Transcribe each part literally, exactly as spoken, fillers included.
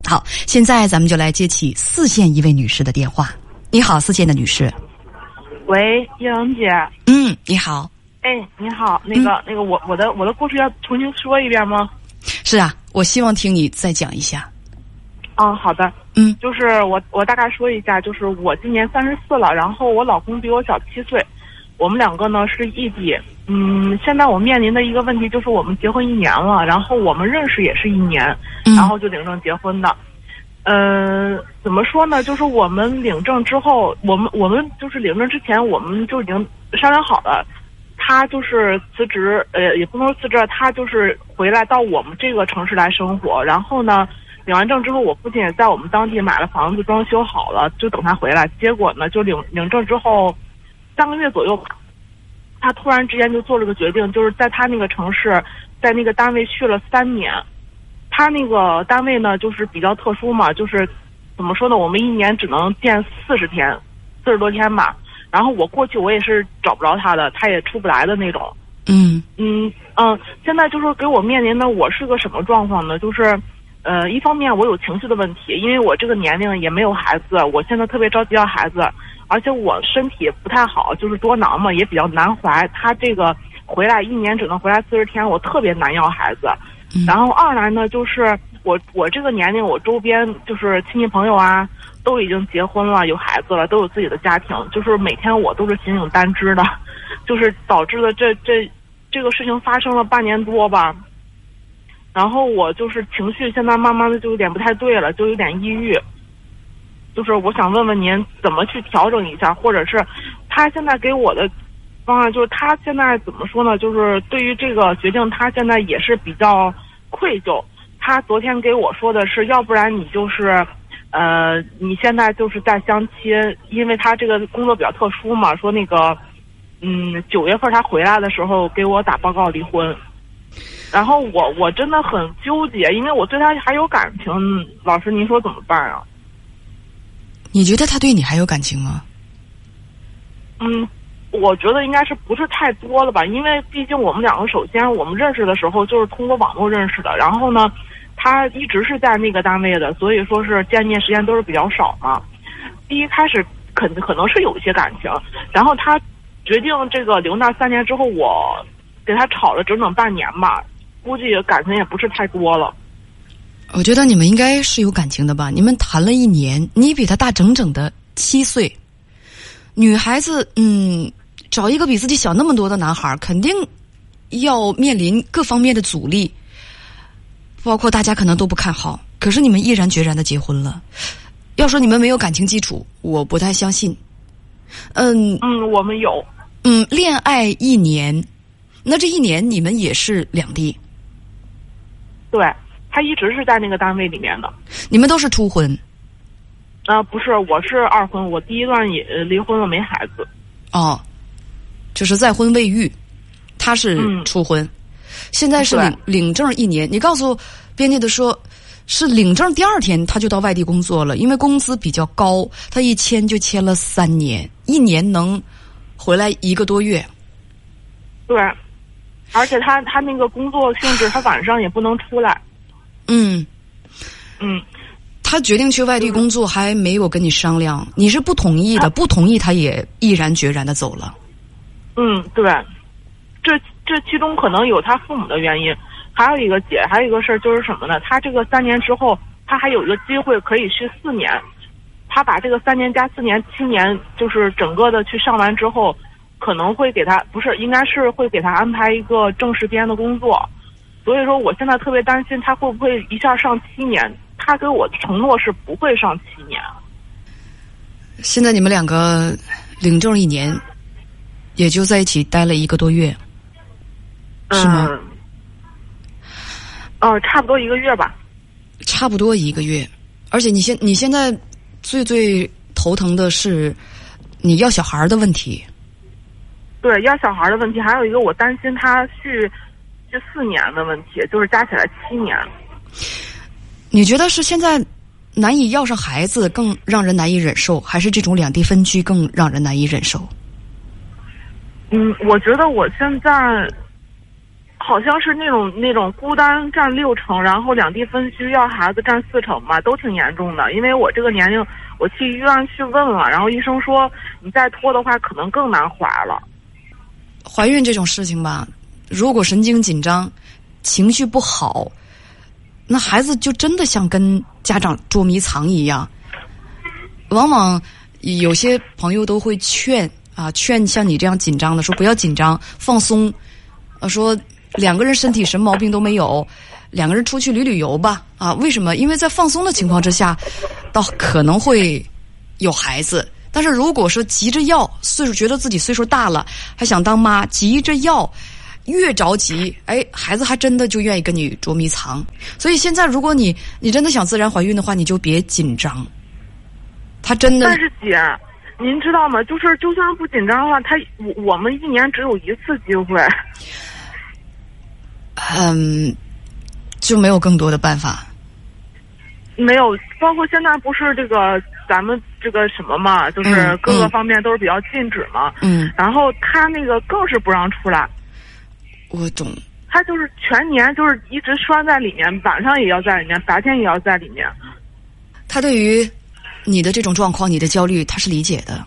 好，现在咱们就来接起四线一位女士的电话。你好，四线的女士。 喂，叶莹姐。 嗯，你好。 哎，你好，那个、嗯、那个我我的我的故事要重新说一遍吗？ 是啊，我希望听你再讲一下。 嗯，好的。 嗯， 就是我我大概说一下，就是我今年三十四了，然后我老公比我小七岁，我们两个呢是异地。嗯，现在我面临的一个问题就是我们结婚一年了，然后我们认识也是一年，然后就领证结婚的。嗯、呃，怎么说呢？就是我们领证之后，我们我们就是领证之前，我们就已经商量好了，他就是辞职，呃，也不能说辞职，他就是回来到我们这个城市来生活。然后呢，领完证之后，我父亲也在我们当地买了房子，装修好了，就等他回来。结果呢，就领领证之后三个月左右吧，他突然之间就做了个决定，就是在他那个城市，在那个单位续了三年。他那个单位呢，就是比较特殊嘛，就是怎么说呢，我们一年只能见四十天，四十多天吧。然后我过去我也是找不着他的，他也出不来的那种。 嗯嗯嗯，现在就是给我面临的，我是个什么状况呢？就是呃，一方面我有情绪的问题，因为我这个年龄也没有孩子，我现在特别着急要孩子，而且我身体不太好，就是多囊嘛，也比较难怀。他这个回来一年只能回来四十天，我特别难要孩子。然后二来呢，就是我我这个年龄，我周边就是亲戚朋友啊，都已经结婚了，有孩子了，都有自己的家庭，就是每天我都是形影单只的，就是导致了这这这个事情发生了半年多吧。然后我就是情绪现在慢慢的就有点不太对了，就有点抑郁。就是我想问问您怎么去调整一下，或者是他现在给我的方案，就是他现在怎么说呢？就是对于这个决定，他现在也是比较愧疚。他昨天给我说的是，要不然你就是，呃，你现在就是在相亲，因为他这个工作比较特殊嘛。说那个，嗯，九月份他回来的时候给我打报告离婚。然后我我真的很纠结，因为我对他还有感情。老师，您说怎么办啊？ 你觉得他对你还有感情吗？ 嗯。我觉得应该是不是太多了吧，因为毕竟我们两个首先我们认识的时候就是通过网络认识的，然后呢，他一直是在那个单位的，所以说是见面时间都是比较少嘛。第一开始肯可能是有一些感情，然后他决定这个留那三年之后，我给他吵了整整半年吧，估计感情也不是太多了。 我觉得你们应该是有感情的吧？你们谈了一年，你比他大整整的七岁，女孩子嗯。找一个比自己小那么多的男孩，肯定要面临各方面的阻力，包括大家可能都不看好，可是你们毅然决然的结婚了。要说你们没有感情基础，我不太相信。嗯嗯，我们有。 嗯，恋爱一年，那这一年你们也是两地？ 对，他一直是在那个单位里面的。 你们都是初婚？ 啊、呃，不是，我是二婚，我第一段也离婚了，没孩子。 哦。就是再婚未育，他是初婚，嗯、现在是领领证一年。你告诉编辑的说，是领证第二天他就到外地工作了，因为工资比较高，他一签就签了三年，一年能回来一个多月。 对，而且他他那个工作性质，他晚上也不能出来。 嗯嗯， 他决定去外地工作，还没有跟你商量，你是不同意的，不同意他也毅然决然的走了。 嗯，对，这这其中可能有他父母的原因，还有一个姐，还有一个事儿就是什么呢？他这个三年之后，他还有一个机会可以续四年，他把这个三年加四年七年，就是整个的去上完之后，可能会给他不是，应该是会给他安排一个正式编的工作。所以说，我现在特别担心他会不会一下上七年。他给我承诺是不会上七年。 现在你们两个领证一年。也就在一起待了一个多月，是吗？ 嗯，哦，差不多一个月吧。 差不多一个月，而且你现你现在最最头疼的是你要小孩的问题。 对，要小孩的问题，还有一个我担心他续续四年的问题，就是加起来七年。 你觉得是现在难以要上孩子更让人难以忍受，还是这种两地分居更让人难以忍受？ 嗯，我觉得我现在好像是那种那种孤单占六成，然后两地分居要孩子占四成吧，都挺严重的。因为我这个年龄，我去医院去问了，然后医生说你再拖的话，可能更难怀了。 怀孕这种事情吧，如果神经紧张、情绪不好，那孩子就真的像跟家长捉迷藏一样。往往有些朋友都会劝啊，劝像你这样紧张的说不要紧张，放松。啊，说两个人身体什么毛病都没有，两个人出去旅旅游吧。啊，为什么？因为在放松的情况之下，倒可能会有孩子。但是如果说急着要，岁数觉得自己岁数大了，还想当妈，急着要，越着急，哎，孩子还真的就愿意跟你捉迷藏。所以现在，如果你你真的想自然怀孕的话，你就别紧张。他真的。 但是姐，您知道吗？就是就算不紧张的话，他我我们一年只有一次机会。 嗯，就没有更多的办法。 没有，包括现在不是这个咱们这个什么嘛，就是各个方面都是比较禁止嘛。 嗯。 然后他那个更是不让出来。 我懂。 他就是全年就是一直拴在里面，晚上也要在里面，白天也要在里面。 他对于你的这种状况，你的焦虑，他是理解的。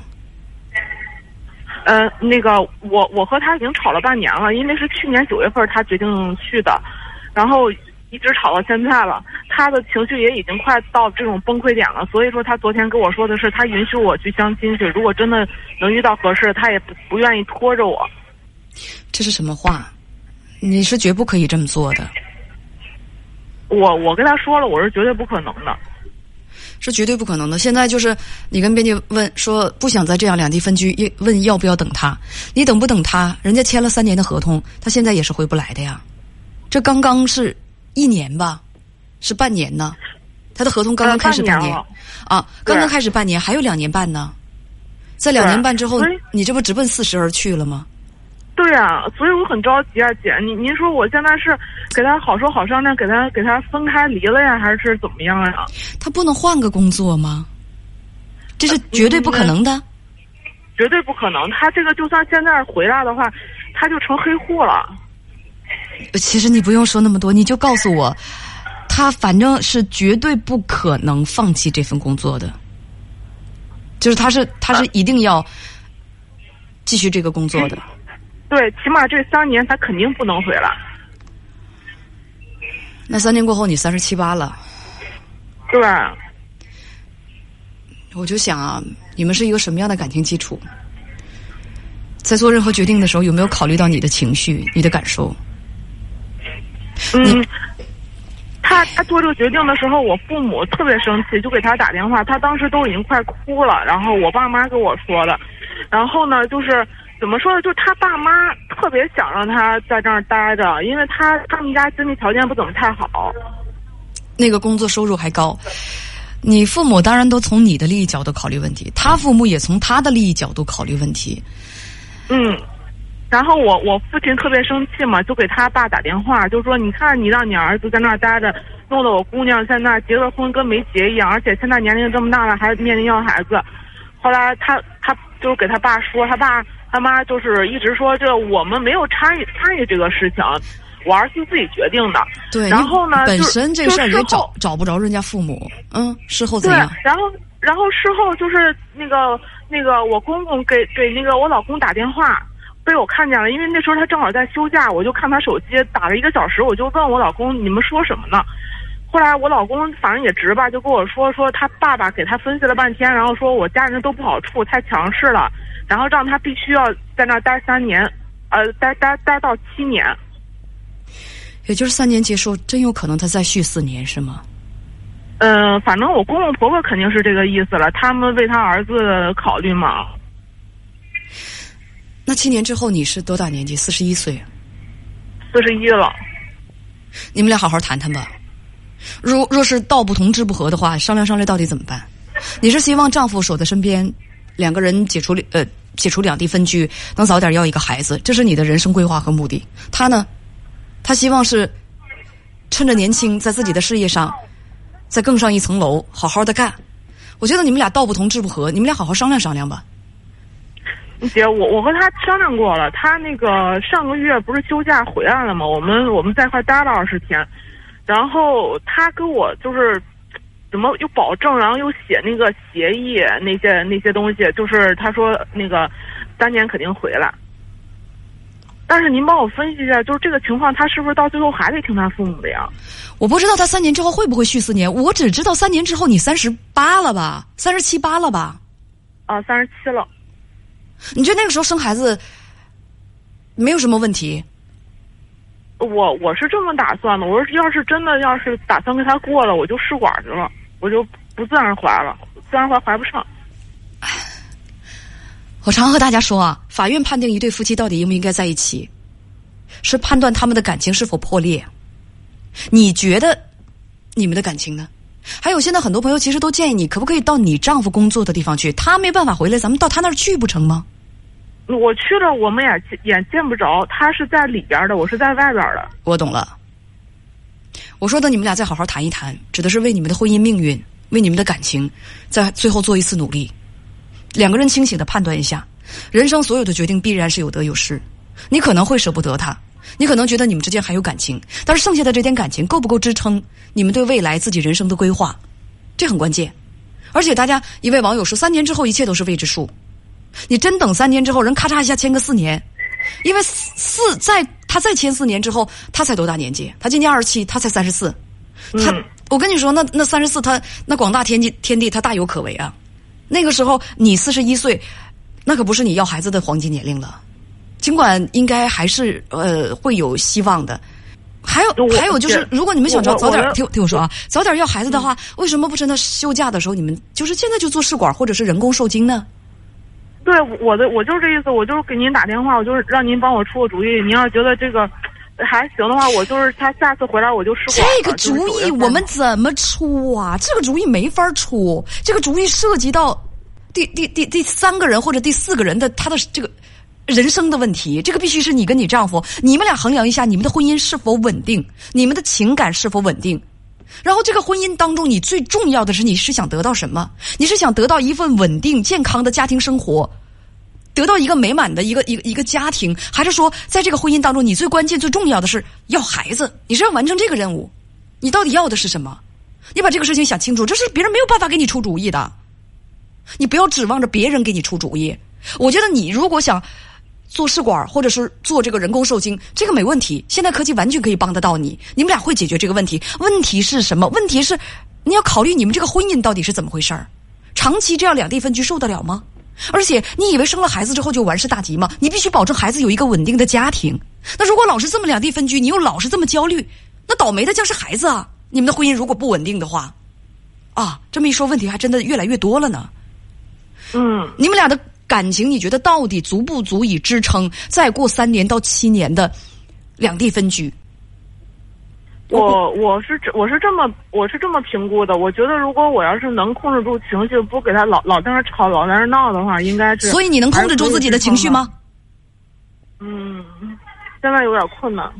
呃，那个我我和他已经吵了半年了，因为是去年九月份他决定去的，然后一直吵到现在了。他的情绪也已经快到这种崩溃点了，所以说他昨天跟我说的是，他允许我去相亲去，如果真的能遇到合适，他也不不愿意拖着我。 这是什么话？你是绝不可以这么做的。 我我跟他说了，我是绝对不可能的。 是绝对不可能的。现在就是你跟编辑问说不想再这样两地分居，问要不要等他，你等不等他？人家签了三年的合同，他现在也是回不来的呀。这刚刚是一年吧，是半年呢。他的合同刚刚开始半年、呃、啊，刚刚开始半年，还有两年半呢。在两年半之后，你这不直奔四十而去了吗？ 对啊，所以我很着急啊，姐。您您说我现在是给他好说好商量，给他给他分开离了呀，还是怎么样呀？ 他不能换个工作吗？这是绝对不可能的。 嗯、绝对不可能。他这个就算现在回来的话，他就成黑户了。 其实你不用说那么多，你就告诉我，他反正是绝对不可能放弃这份工作的，就是他是他是一定要继续这个工作的。嗯对，起码这三年他肯定不能回来。 那三年过后，你三十七八了。 对。 我就想啊，你们是一个什么样的感情基础？在做任何决定的时候，有没有考虑到你的情绪、你的感受？ 嗯，他他做这个决定的时候，我父母特别生气，就给他打电话，他当时都已经快哭了。然后我爸妈跟我说的，然后呢，就是。怎么说呢？就他爸妈特别想让他在这儿待着，因为他他们家经济条件不怎么太好， 那个工作收入还高。你父母当然都从你的利益角度考虑问题，他父母也从他的利益角度考虑问题。 嗯，然后我我父亲特别生气嘛，就给他爸打电话，就说你看你让你儿子在那儿待着，弄得我姑娘现在结了婚跟没结一样，而且现在年龄这么大了还面临要孩子。后来他他就给他爸说，他爸。他妈就是一直说这我们没有参与参与这个事情，我儿子自己决定的。 对， 然后呢， 本身这事儿也找找不着人家父母，嗯，事后怎样？ 对，然后然后事后就是那个那个我公公给给那个我老公打电话，被我看见了，因为那时候他正好在休假，我就看他手机打了一个小时，我就问我老公你们说什么呢？后来我老公反正也直吧，就跟我说说他爸爸给他分析了半天，然后说我家人都不好处，太强势了。然后让他必须要在那儿待三年，呃，待待待到七年， 也就是三年结束，真有可能他再续四年，是吗？ 嗯、呃，反正我公公婆婆肯定是这个意思了，他们为他儿子考虑嘛。 那七年之后你是多大年纪？四十一岁。 四十一了。 你们俩好好谈谈吧。若若是道不同志不合的话，商量商量到底怎么办？你是希望丈夫守在身边？两个人解除呃解除两地分居，能早点要一个孩子，这是你的人生规划和目的。他呢，他希望是趁着年轻，在自己的事业上再更上一层楼，好好的干。我觉得你们俩道不同志不合，你们俩好好商量商量吧。 姐，我我和他商量过了，他那个上个月不是休假回来了吗？我们我们在一块待了二十天，然后他跟我就是怎么又保证，然后又写那个协议那些那些东西，就是他说那个三年肯定回来。但是您帮我分析一下，就是这个情况，他是不是到最后还得听他父母的呀？ 我不知道他三年之后会不会续四年，我只知道三年之后你三十八了吧，三十七八了吧？ 啊，三十七了。 你觉得那个时候生孩子没有什么问题？ 我我是这么打算的，我说要是真的要是打算跟他过了，我就试管去了，我就不自然怀了，自然怀怀不上。 我常和大家说啊，法院判定一对夫妻到底应不应该在一起，是判断他们的感情是否破裂。你觉得你们的感情呢？还有现在很多朋友其实都建议你，可不可以到你丈夫工作的地方去？他没办法回来，咱们到他那儿去不成吗？ 我去了，我们也也见不着，他是在里边的，我是在外边的。 我懂了。我说的你们俩再好好谈一谈，指的是为你们的婚姻命运，为你们的感情，在最后做一次努力。两个人清醒的判断一下，人生所有的决定必然是有得有失。你可能会舍不得他，你可能觉得你们之间还有感情，但是剩下的这点感情够不够支撑你们对未来自己人生的规划，这很关键。而且大家一位网友说，三年之后一切都是未知数。你真等三年之后人咔嚓一下签个四年，因为四再他再签四年之后，他才多大年纪？他今年二十七，他才三十四。他、嗯、我跟你说，那那三十四，他那广大天地天地，他大有可为啊。那个时候你四十一岁，那可不是你要孩子的黄金年龄了。尽管应该还是呃会有希望的。还有还有就是，如果你们想早早点听听我说啊，早点要孩子的话，为什么不趁他休假的时候，你们就是现在就做试管或者是人工受精呢？ 对，我的我就是这意思，我就是给您打电话，我就是让您帮我出个主意。您要觉得这个还行的话，我就是他下次回来我就试管。 这个主意我们怎么出啊？这个主意没法出，这个主意涉及到第第第第三个人或者第四个人的他的这个人生的问题，这个必须是你跟你丈夫，你们俩衡量一下你们的婚姻是否稳定，你们的情感是否稳定。然后这个婚姻当中，你最重要的是你是想得到什么？你是想得到一份稳定健康的家庭生活，得到一个美满的一个一个一个家庭，还是说在这个婚姻当中你最关键最重要的是要孩子？你是要完成这个任务，你到底要的是什么？你把这个事情想清楚，这是别人没有办法给你出主意的，你不要指望着别人给你出主意。我觉得你如果想做试管或者是做这个人工受精，这个没问题，现在科技完全可以帮得到你，你们俩会解决这个问题。问题是什么？问题是你要考虑你们这个婚姻到底是怎么回事儿，长期这样两地分居受得了吗？而且你以为生了孩子之后就完事大吉吗？你必须保证孩子有一个稳定的家庭。那如果老是这么两地分居，你又老是这么焦虑，那倒霉的将是孩子啊。你们的婚姻如果不稳定的话啊，这么一说问题还真的越来越多了呢。 嗯， 你们俩的感情你觉得到底足不足以支撑再过三年到七年的两地分居？ 我我是我是这么我是这么评估的。我觉得如果我要是能控制住情绪，不给他老老在那吵老在那闹的话，应该是。 所以你能控制住自己的情绪吗？ 嗯，现在有点困难。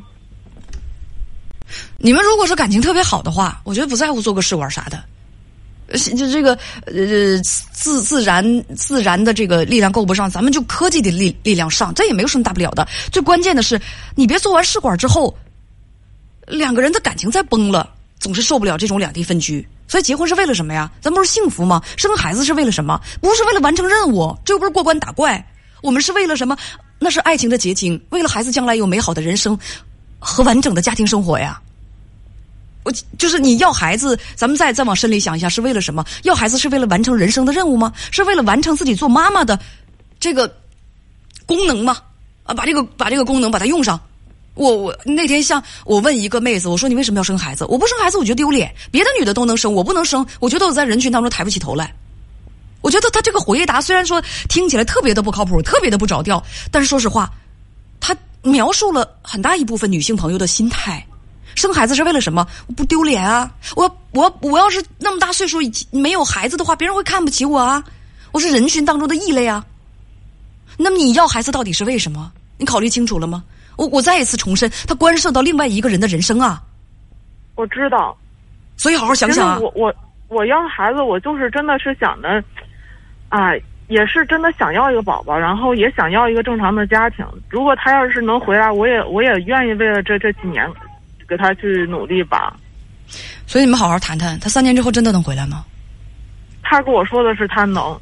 你们如果说感情特别好的话，我觉得不在乎做个试管啥的。就这个呃自自然自然的这个力量够不上，咱们就科技的力力量上，这也没有什么大不了的。最关键的是，你别做完试管之后，两个人的感情再崩了，总是受不了这种两地分居。所以结婚是为了什么呀？咱不是幸福吗？生孩子是为了什么？不是为了完成任务，这又不是过关打怪。我们是为了什么？那是爱情的结晶，为了孩子将来有美好的人生和完整的家庭生活呀。我就是你要孩子，咱们再再往深里想一下，是为了什么？要孩子是为了完成人生的任务吗？是为了完成自己做妈妈的这个功能吗？啊，把这个把这个功能把它用上。我我那天像我问一个妹子，我说你为什么要生孩子？我不生孩子我觉得丢脸，别的女的都能生，我不能生，我觉得我在人群当中抬不起头来。我觉得他这个回答虽然说听起来特别的不靠谱，特别的不着调，但是说实话，他描述了很大一部分女性朋友的心态。生孩子是为了什么？我不丢脸啊！我我我要是那么大岁数没有孩子的话，别人会看不起我啊！我是人群当中的异类啊！那么你要孩子到底是为什么？你考虑清楚了吗？我我再一次重申，它关涉到另外一个人的人生啊！ 我知道， 所以好好想想啊！ 我我我要孩子，我就是真的是想的，啊， 也是真的想要一个宝宝，然后也想要一个正常的家庭。如果他要是能回来，我也我也愿意为了这这几年给他去努力吧。 所以你们好好谈谈，他三年之后真的能回来吗？ 他跟我说的是他能。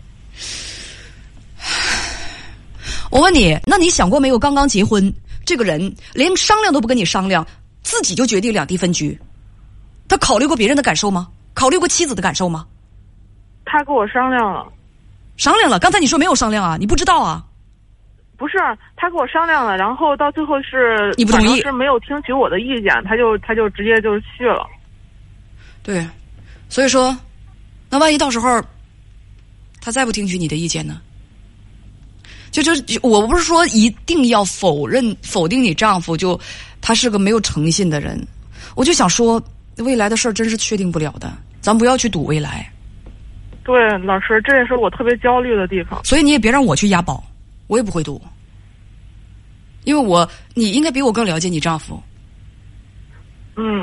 我问你，那你想过没有？刚刚结婚，这个人连商量都不跟你商量，自己就决定两地分居，他考虑过别人的感受吗？考虑过妻子的感受吗？ 他跟我商量了。 商量了？刚才你说没有商量啊？你不知道啊？ 不是，他跟我商量了，然后到最后是你不同意， 是没有听取我的意见，他就他就直接就去了。 对，所以说，那万一到时候他再不听取你的意见呢？就就我不是说一定要否认否定你丈夫，就他是个没有诚信的人，我就想说，未来的事儿真是确定不了的，咱不要去赌未来。 对，老师，这也是我特别焦虑的地方。 所以你也别让我去押宝，我也不会赌，因为我你应该比我更了解你丈夫。 嗯。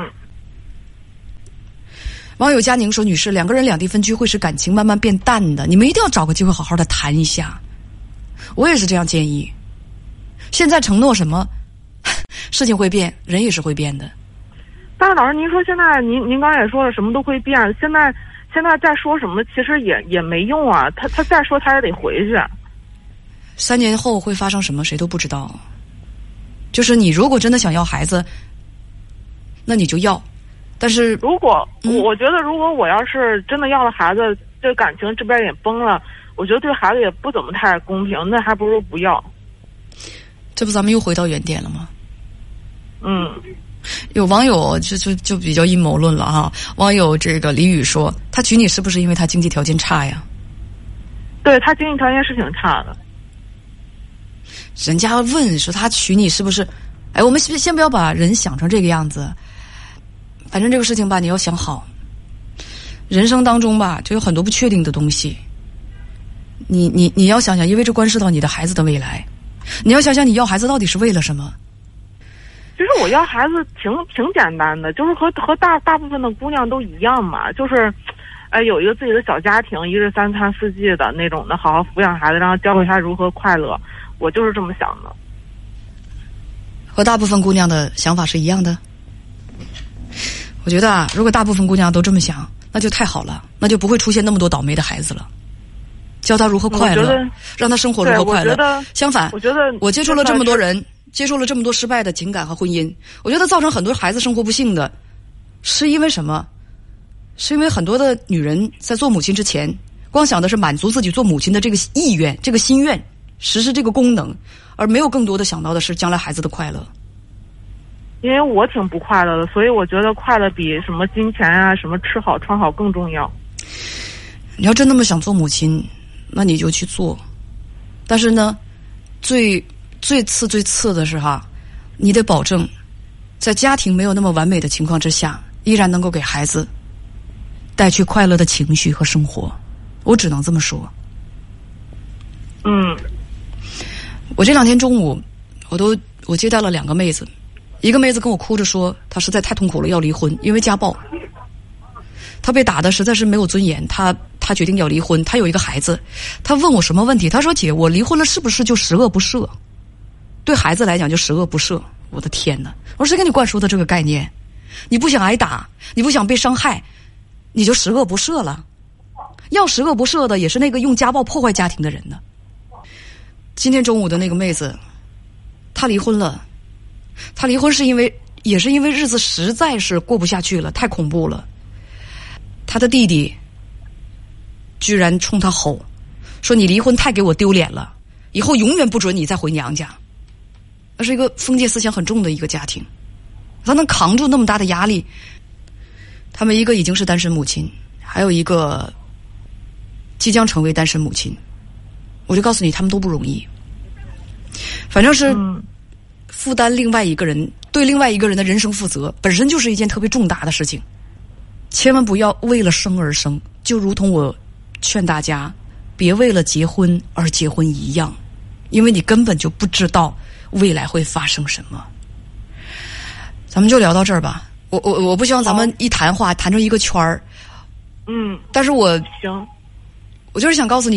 网友佳宁说：“女士，两个人两地分居会使感情慢慢变淡的，你们一定要找个机会好好的谈一下。”我也是这样建议。现在承诺什么，事情会变，人也是会变的。 但是老师，您说现在您您刚才也说了，什么都会变，现在。现在再说什么其实也也没用啊，他他再说他也得回去。 三年后会发生什么谁都不知道。就是你如果真的想要孩子，那你就要。但是如果、 嗯、 我觉得如果我要是真的要了孩子，这感情这边也崩了，我觉得对孩子也不怎么太公平，那还不如不要。 这不咱们又回到原点了吗？ 嗯。 有网友就就就比较阴谋论了哈。网友这个李宇说，他娶你是不是因为他经济条件差呀？ 对，他经济条件是挺差的。 人家问说他娶你是不是？哎，我们先不要把人想成这个样子。反正这个事情吧，你要想好。人生当中吧，就有很多不确定的东西。你你你要想想，因为这关系到你的孩子的未来。你要想想，你要孩子到底是为了什么？ 其实我要孩子挺挺简单的，就是和和大大部分的姑娘都一样嘛，就是，哎，有一个自己的小家庭，一日三餐四季的那种的，好好抚养孩子，然后教会他如何快乐。我就是这么想的。 和大部分姑娘的想法是一样的。我觉得啊，如果大部分姑娘都这么想，那就太好了，那就不会出现那么多倒霉的孩子了。教他如何快乐，让他生活如何快乐。相反， 我觉得我接触了这么多人。接受了这么多失败的情感和婚姻，我觉得造成很多孩子生活不幸的，是因为什么？是因为很多的女人在做母亲之前，光想的是满足自己做母亲的这个意愿、这个心愿，实施这个功能，而没有更多的想到的是将来孩子的快乐。 因为我挺不快乐的，所以我觉得快乐比什么金钱啊、什么吃好穿好更重要。 你要真那么想做母亲，那你就去做。但是呢，最最次最次的是哈，你得保证在家庭没有那么完美的情况之下，依然能够给孩子带去快乐的情绪和生活。我只能这么说。 嗯， 我这两天中午我都我接待了两个妹子，一个妹子跟我哭着说她实在太痛苦了，要离婚，因为家暴，她被打的实在是没有尊严，她她决定要离婚，她有一个孩子。她问我什么问题，她说姐，我离婚了是不是就十恶不赦？对孩子来讲就十恶不赦。我的天哪，我说谁给你灌输的这个概念？你不想挨打，你不想被伤害，你就十恶不赦了。要十恶不赦的也是那个用家暴破坏家庭的人呢。今天中午的那个妹子，她离婚了。她离婚是因为也是因为日子实在是过不下去了，太恐怖了。她的弟弟居然冲她吼，说你离婚太给我丢脸了，以后永远不准你再回娘家。那是一个封建思想很重的一个家庭，他能扛住那么大的压力。他们一个已经是单身母亲，还有一个即将成为单身母亲。我就告诉你，他们都不容易。反正是负担另外一个人，对另外一个人的人生负责，本身就是一件特别重大的事情。千万不要为了生而生，就如同我劝大家别为了结婚而结婚一样，因为你根本就不知道未来会发生什么。咱们就聊到这儿吧。我我我不希望咱们一谈话谈成一个圈儿。 嗯， 但是我行， 我就是想告诉你，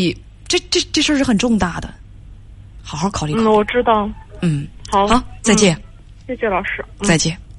这这这事儿是很重大的，好好考虑考虑。 嗯，我知道。 嗯， 好， 好，再见。 嗯、谢谢老师。 嗯、再见。